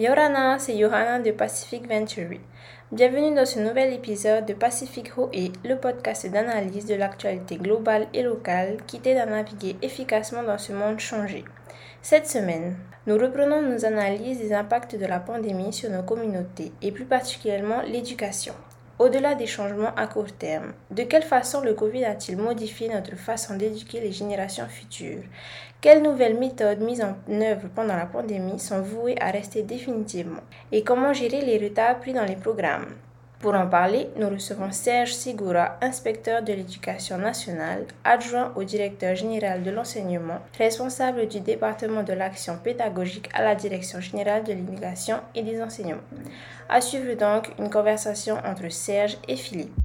Yorana, c'est Johanna de Pacific Venturi. Bienvenue dans ce nouvel épisode de Pacific OE, le podcast d'analyse de l'actualité globale et locale qui t'aide à naviguer efficacement dans ce monde changé. Cette semaine, nous reprenons nos analyses des impacts de la pandémie sur nos communautés et plus particulièrement l'éducation. Au-delà des changements à court terme, de quelle façon le Covid a-t-il modifié notre façon d'éduquer les générations futures? Quelles nouvelles méthodes mises en œuvre pendant la pandémie sont vouées à rester définitivement? Et comment gérer les retards pris dans les programmes? Pour en parler, nous recevons Serge Segura, inspecteur de l'éducation nationale, adjoint au directeur général de l'enseignement, responsable du département de l'action pédagogique à la direction générale de l'éducation et des enseignements. À suivre donc une conversation entre Serge et Philippe.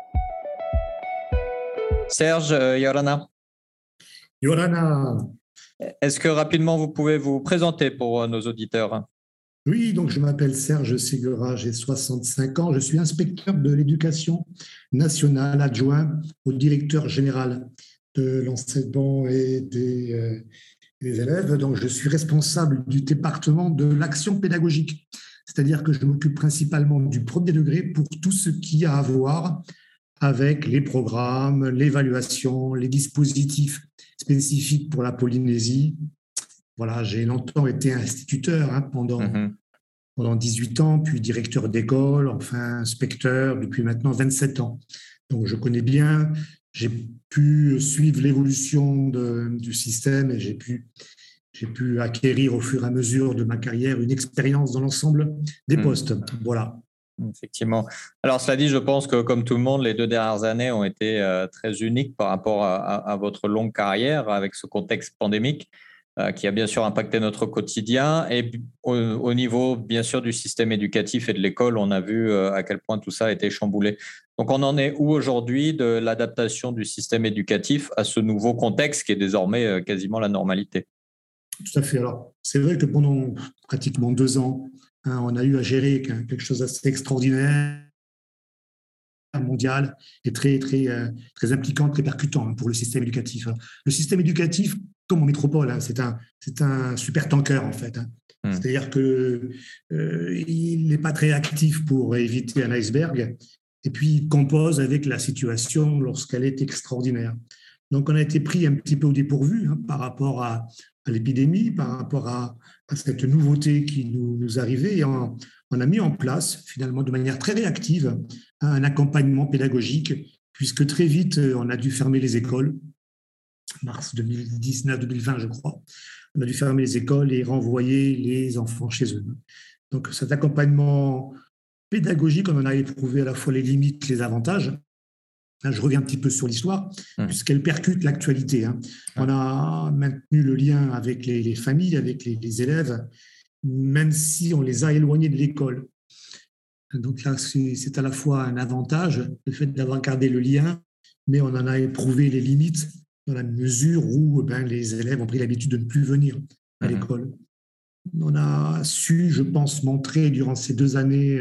Serge, Yorana. Yorana. Est-ce que rapidement vous pouvez vous présenter pour nos auditeurs? Oui, donc je m'appelle Serge Segura, j'ai 65 ans, je suis inspecteur de l'éducation nationale adjoint au directeur général de l'enseignement et des élèves. Donc je suis responsable du département de l'action pédagogique, c'est-à-dire que je m'occupe principalement du premier degré pour tout ce qui a à voir avec les programmes, l'évaluation, les dispositifs spécifiques pour la Polynésie. Voilà, j'ai longtemps été instituteur pendant 18 ans, puis directeur d'école, enfin inspecteur depuis maintenant 27 ans. Donc je connais bien, j'ai pu suivre l'évolution du système et j'ai pu acquérir au fur et à mesure de ma carrière une expérience dans l'ensemble des postes. Voilà. Effectivement. Alors, cela dit, je pense que comme tout le monde, les 2 dernières années ont été très uniques par rapport à votre longue carrière avec ce contexte pandémique qui a bien sûr impacté notre quotidien. Et au niveau, bien sûr, du système éducatif et de l'école, on a vu à quel point tout ça a été chamboulé. Donc, on en est où aujourd'hui de l'adaptation du système éducatif à ce nouveau contexte qui est désormais quasiment la normalité? Tout à fait. Alors, c'est vrai que pendant pratiquement 2 ans, on a eu à gérer quelque chose d'assez extraordinaire, mondial et très impliquant, très percutant pour le système éducatif. Le système éducatif, comme en métropole, c'est un super tanker en fait. C'est-à-dire qu'il n'est pas très actif pour éviter un iceberg et puis il compose avec la situation lorsqu'elle est extraordinaire. Donc on a été pris un petit peu au dépourvu par rapport à l'épidémie, par rapport à cette nouveauté qui nous arrivait et on a mis en place finalement de manière très réactive un accompagnement pédagogique puisque très vite on a dû fermer les écoles, mars 2019-2020 je crois, on a dû fermer les écoles et renvoyer les enfants chez eux. Donc cet accompagnement pédagogique, on en a éprouvé à la fois les limites, les avantages. Là, je reviens un petit peu sur l'histoire, puisqu'elle percute l'actualité. On a maintenu le lien avec les familles, avec les élèves, même si on les a éloignés de l'école. Donc là, c'est à la fois un avantage, le fait d'avoir gardé le lien, mais on en a éprouvé les limites dans la mesure où les élèves ont pris l'habitude de ne plus venir à l'école. On a su, je pense, montrer durant ces 2 années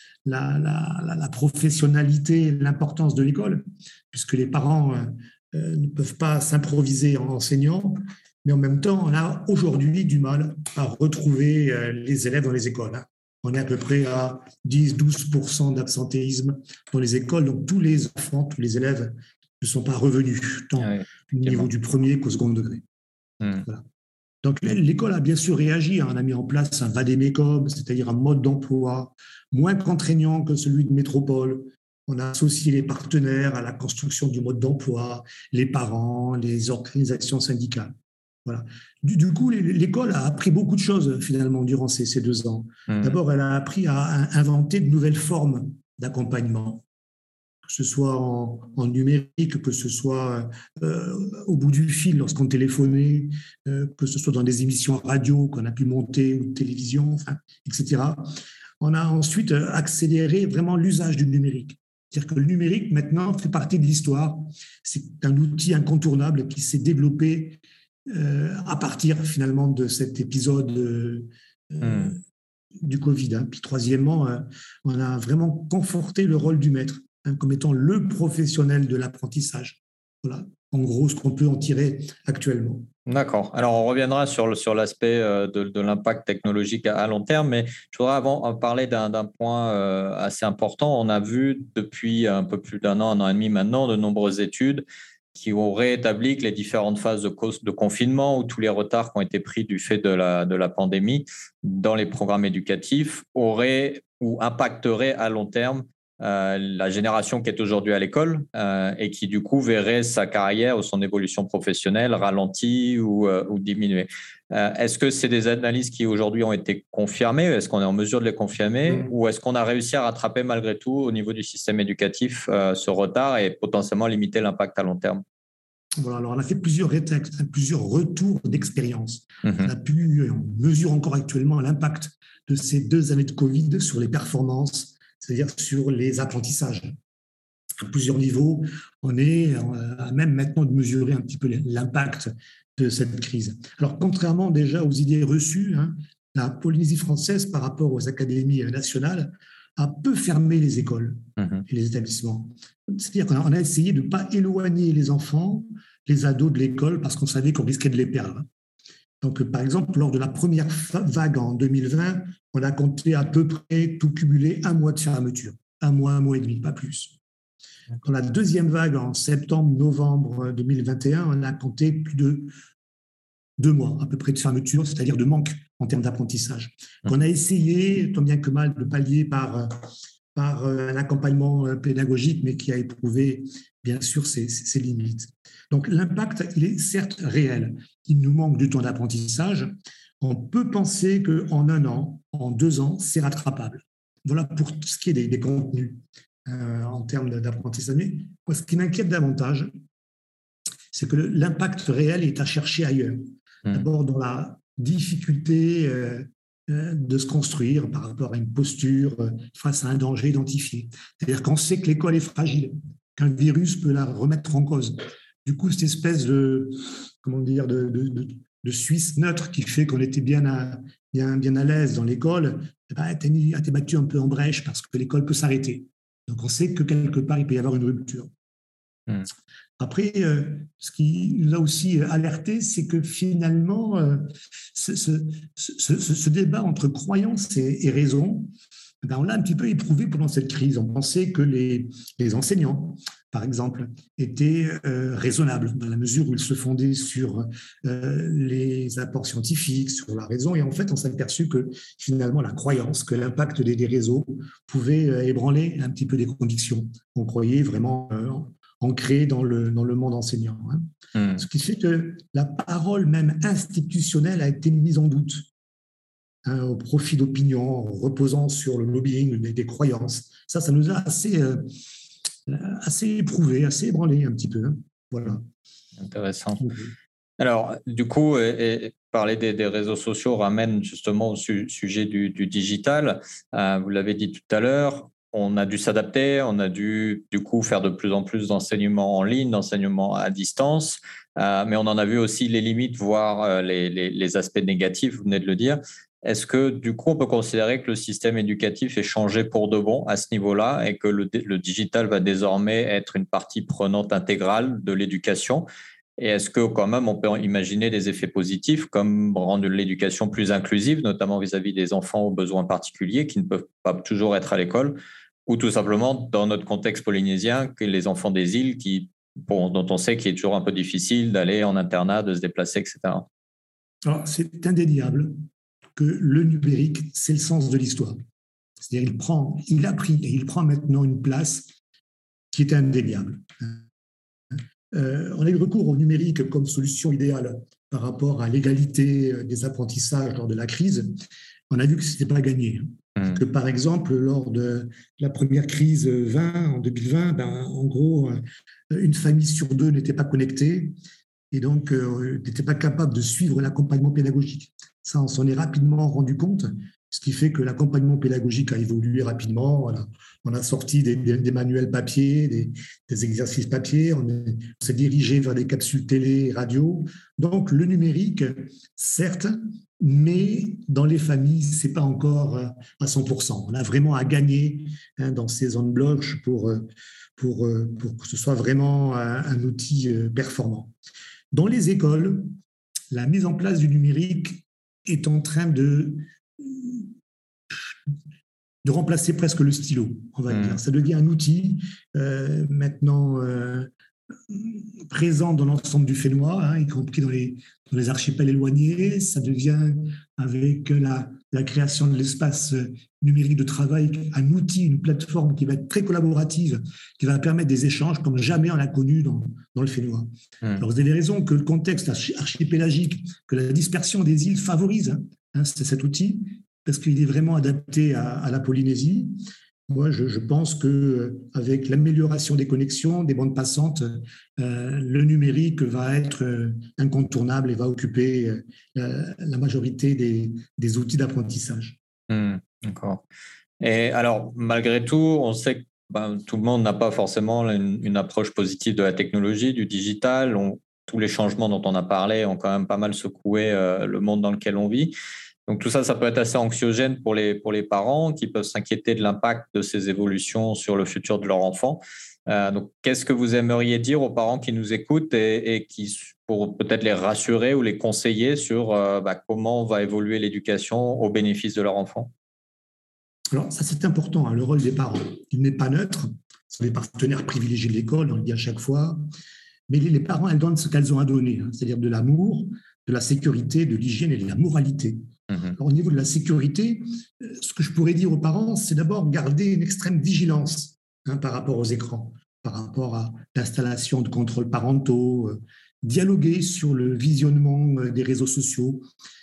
la professionnalité, l'importance de l'école, puisque les parents ne peuvent pas s'improviser en enseignant, mais en même temps, on a aujourd'hui du mal à retrouver les élèves dans les écoles. On est à peu près à 10-12% d'absentéisme dans les écoles, donc tous les enfants, tous les élèves ne sont pas revenus, tant au niveau du premier qu'au second degré. Voilà. Donc, l'école a bien sûr réagi. On a mis en place un vade-mecum, c'est-à-dire un mode d'emploi moins contraignant que celui de métropole. On a associé les partenaires à la construction du mode d'emploi, les parents, les organisations syndicales. Voilà. Du coup, l'école a appris beaucoup de choses finalement durant ces 2 ans. D'abord, elle a appris à inventer de nouvelles formes d'accompagnement, que ce soit en numérique, que ce soit au bout du fil lorsqu'on téléphonait, que ce soit dans des émissions radio qu'on a pu monter ou de télévision, etc. On a ensuite accéléré vraiment l'usage du numérique. C'est-à-dire que le numérique, maintenant, fait partie de l'histoire. C'est un outil incontournable qui s'est développé à partir, finalement, de cet épisode du Covid. Puis, troisièmement, on a vraiment conforté le rôle du maître comme étant le professionnel de l'apprentissage. Voilà. en gros ce qu'on peut en tirer actuellement. D'accord. Alors, on reviendra sur l'aspect de l'impact technologique à long terme, mais je voudrais avant parler d'un point assez important. On a vu depuis un peu plus d'un an et demi maintenant, de nombreuses études qui auraient établi que les différentes phases de confinement ou tous les retards qui ont été pris du fait de la pandémie dans les programmes éducatifs auraient ou impacteraient à long terme la génération qui est aujourd'hui à l'école et qui du coup verrait sa carrière ou son évolution professionnelle ralentie ou diminuer. Est-ce que c'est des analyses qui aujourd'hui ont été confirmées? Est-ce qu'on est en mesure de les confirmer ou est-ce qu'on a réussi à rattraper malgré tout au niveau du système éducatif ce retard et potentiellement limiter l'impact à long terme? Voilà, alors on a fait plusieurs retours d'expérience. On mesure encore actuellement l'impact de ces 2 années de Covid sur les performances, c'est-à-dire sur les apprentissages. À plusieurs niveaux, on est à même maintenant de mesurer un petit peu l'impact de cette crise. Alors, contrairement déjà aux idées reçues, la Polynésie française, par rapport aux académies nationales, a peu fermé les écoles et les établissements. C'est-à-dire qu'on a essayé de ne pas éloigner les enfants, les ados de l'école, parce qu'on savait qu'on risquait de les perdre. Donc, par exemple, lors de la première vague en 2020, on a compté à peu près tout cumulé 1 mois de fermeture. 1 mois et demi, pas plus. Dans la deuxième vague, en septembre-novembre 2021, on a compté plus de 2 mois à peu près de fermeture, c'est-à-dire de manque en termes d'apprentissage. On a essayé, tant bien que mal, de pallier par un accompagnement pédagogique, mais qui a éprouvé, bien sûr, ses limites. Donc, l'impact, il est certes réel. Il nous manque du temps d'apprentissage. On peut penser qu'en 1 an, en 2 ans, c'est rattrapable. Voilà pour ce qui est des contenus en termes d'apprentissage. Mais moi, ce qui m'inquiète davantage, c'est que l'impact réel est à chercher ailleurs. D'abord, dans la difficulté de se construire par rapport à une posture face à un danger identifié. C'est-à-dire qu'on sait que l'école est fragile, qu'un virus peut la remettre en cause. Du coup, cette espèce de Suisse neutre qui fait qu'on était bien à l'aise dans l'école, a été battu un peu en brèche parce que l'école peut s'arrêter. Donc, on sait que quelque part, il peut y avoir une rupture. Après, ce qui nous a aussi alerté, c'est que finalement, ce débat entre croyance et raison, on l'a un petit peu éprouvé pendant cette crise. On pensait que les enseignants, par exemple, étaient raisonnables dans la mesure où ils se fondaient sur les apports scientifiques, sur la raison. Et en fait, on s'est aperçu que finalement, la croyance, que l'impact des réseaux pouvait ébranler un petit peu des convictions qu'on croyait vraiment ancré dans le monde enseignant. Ce qui fait que la parole même institutionnelle a été mise en doute au profit d'opinions reposant sur le lobbying des croyances. Ça nous a assez éprouvé, assez ébranlé un petit peu. Voilà. Intéressant. Alors, du coup, parler des réseaux sociaux ramène justement au sujet du digital. Vous l'avez dit tout à l'heure, on a dû s'adapter, on a dû du coup faire de plus en plus d'enseignements en ligne, d'enseignements à distance, mais on en a vu aussi les limites, voire les aspects négatifs, vous venez de le dire. Est-ce que du coup on peut considérer que le système éducatif est changé pour de bon à ce niveau-là et que le digital va désormais être une partie prenante intégrale de l'éducation? Et est-ce que quand même on peut imaginer des effets positifs comme rendre l'éducation plus inclusive, notamment vis-à-vis des enfants aux besoins particuliers qui ne peuvent pas toujours être à l'école, ou tout simplement dans notre contexte polynésien, que les enfants des îles dont on sait qu'il est toujours un peu difficile d'aller en internat, de se déplacer, etc. Alors, c'est indéniable que le numérique, c'est le sens de l'histoire. C'est-à-dire il a pris et il prend maintenant une place qui est indéniable. On a eu recours au numérique comme solution idéale par rapport à l'égalité des apprentissages lors de la crise. On a vu que ce n'était pas gagné. Que par exemple, lors de la première crise en 2020, en gros, une famille sur 2 n'était pas connectée et donc n'était pas capable de suivre l'accompagnement pédagogique. Ça, on s'en est rapidement rendu compte, ce qui fait que l'accompagnement pédagogique a évolué rapidement. Voilà. On a sorti des manuels papier, des exercices papier, on s'est dirigé vers des capsules télé et radio. Donc, le numérique, certes, mais dans les familles, ce n'est pas encore à 100%. On a vraiment à gagner dans ces zones blanches pour que ce soit vraiment un outil performant. Dans les écoles, la mise en place du numérique est en train de remplacer presque le stylo, on va dire. Ça devient un outil maintenant présent dans l'ensemble du Fénois, y compris dans les archipels éloignés. Ça devient, avec la création de l'espace numérique de travail, un outil, une plateforme qui va être très collaborative, qui va permettre des échanges comme jamais on l'a connu dans le Fénois. Alors, vous avez raison que le contexte archipélagique, que la dispersion des îles favorise cet outil, parce qu'il est vraiment adapté à la Polynésie. Moi, je pense qu'avec l'amélioration des connexions, des bandes passantes, le numérique va être incontournable et va occuper la majorité des outils d'apprentissage. D'accord. Et alors, malgré tout, on sait que tout le monde n'a pas forcément une approche positive de la technologie, du digital. Tous les changements dont on a parlé ont quand même pas mal secoué le monde dans lequel on vit. Donc tout ça, ça peut être assez anxiogène pour les parents qui peuvent s'inquiéter de l'impact de ces évolutions sur le futur de leur enfant. Donc qu'est-ce que vous aimeriez dire aux parents qui nous écoutent et qui, pour peut-être les rassurer ou les conseiller sur comment va évoluer l'éducation au bénéfice de leur enfant? Alors ça, c'est important, le rôle des parents. Il n'est pas neutre, ce sont des partenaires privilégiés de l'école, on le dit à chaque fois, mais les parents, elles donnent ce qu'elles ont à donner, c'est-à-dire de l'amour, de la sécurité, de l'hygiène et de la moralité. Alors, au niveau de la sécurité, ce que je pourrais dire aux parents, c'est d'abord garder une extrême vigilance par rapport aux écrans, par rapport à l'installation de contrôles parentaux, dialoguer sur le visionnement des réseaux sociaux,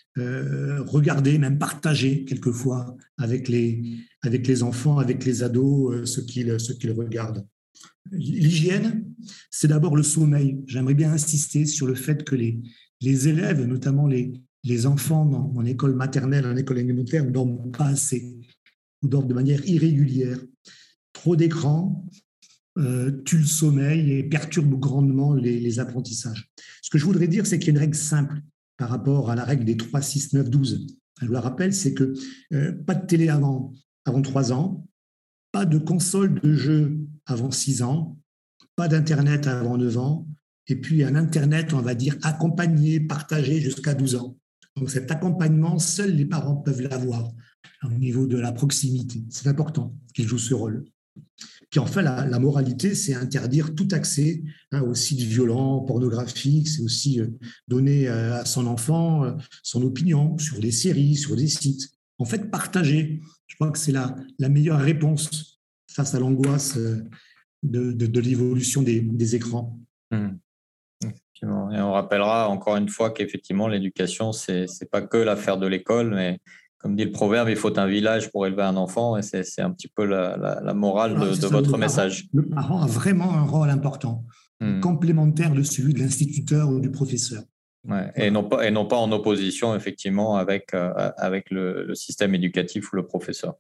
regarder, même partager quelquefois avec les enfants, avec les ados, ce qu'ils regardent. L'hygiène, c'est d'abord le sommeil. J'aimerais bien insister sur le fait que les élèves, notamment les enfants en école maternelle, en école élémentaire, ne dorment pas assez ou dorment de manière irrégulière. Trop d'écran tue le sommeil et perturbe grandement les apprentissages. Ce que je voudrais dire, c'est qu'il y a une règle simple par rapport à la règle des 3, 6, 9, 12. Je vous la rappelle, c'est que pas de télé avant 3 ans, pas de console de jeu avant 6 ans, pas d'Internet avant 9 ans, et puis un Internet, on va dire, accompagné, partagé jusqu'à 12 ans. Donc cet accompagnement, seuls les parents peuvent l'avoir au niveau de la proximité. C'est important qu'ils jouent ce rôle. Puis enfin, la moralité, c'est interdire tout accès aux sites violents, pornographiques. C'est aussi donner à son enfant son opinion sur des séries, sur des sites. En fait, partager. Je crois que c'est la meilleure réponse face à l'angoisse de l'évolution des écrans. Effectivement. Et on rappellera encore une fois qu'effectivement, l'éducation, c'est pas que l'affaire de l'école, mais comme dit le proverbe, il faut un village pour élever un enfant, et c'est un petit peu la morale de votre message. Le parent a vraiment un rôle important, complémentaire de celui de l'instituteur ou du professeur. Ouais, et non pas en opposition, effectivement, avec le système éducatif ou le professeur.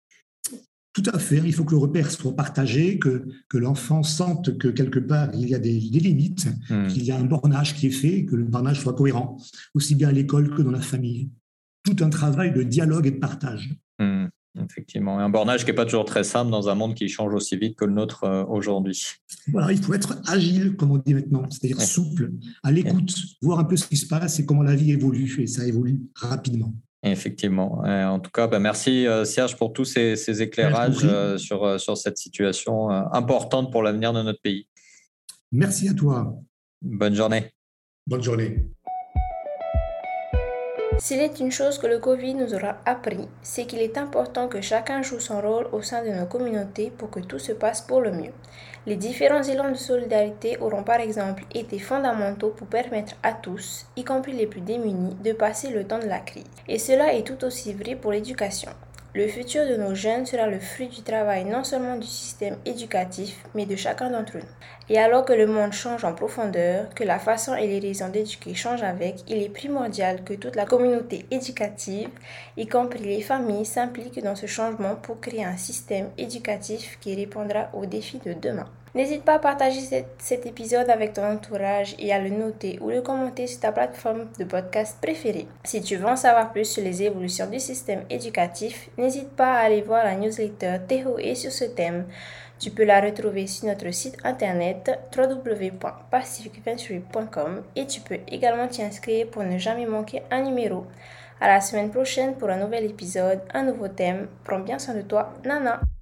Tout à fait. Il faut que le repère soit partagé, que l'enfant sente que quelque part, il y a des limites, qu'il y a un bornage qui est fait, que le bornage soit cohérent, aussi bien à l'école que dans la famille. Tout un travail de dialogue et de partage. Effectivement. Et un bornage qui n'est pas toujours très simple dans un monde qui change aussi vite que le nôtre aujourd'hui. Voilà, il faut être agile, comme on dit maintenant, c'est-à-dire souple, à l'écoute, voir un peu ce qui se passe et comment la vie évolue, et ça évolue rapidement. Effectivement. En tout cas, merci Serge pour tous ces éclairages sur cette situation importante pour l'avenir de notre pays. Merci à toi. Bonne journée. Bonne journée. S'il est une chose que le Covid nous aura appris, c'est qu'il est important que chacun joue son rôle au sein de nos communautés pour que tout se passe pour le mieux. Les différents élans de solidarité auront par exemple été fondamentaux pour permettre à tous, y compris les plus démunis, de passer le temps de la crise. Et cela est tout aussi vrai pour l'éducation. Le futur de nos jeunes sera le fruit du travail non seulement du système éducatif, mais de chacun d'entre nous. Et alors que le monde change en profondeur, que la façon et les raisons d'éduquer changent avec, il est primordial que toute la communauté éducative, y compris les familles, s'implique dans ce changement pour créer un système éducatif qui répondra aux défis de demain. N'hésite pas à partager cet épisode avec ton entourage et à le noter ou le commenter sur ta plateforme de podcast préférée. Si tu veux en savoir plus sur les évolutions du système éducatif, n'hésite pas à aller voir la newsletter THOE sur ce thème. Tu peux la retrouver sur notre site internet www.pacificventury.com et tu peux également t'y inscrire pour ne jamais manquer un numéro. À la semaine prochaine pour un nouvel épisode, un nouveau thème. Prends bien soin de toi, Nana.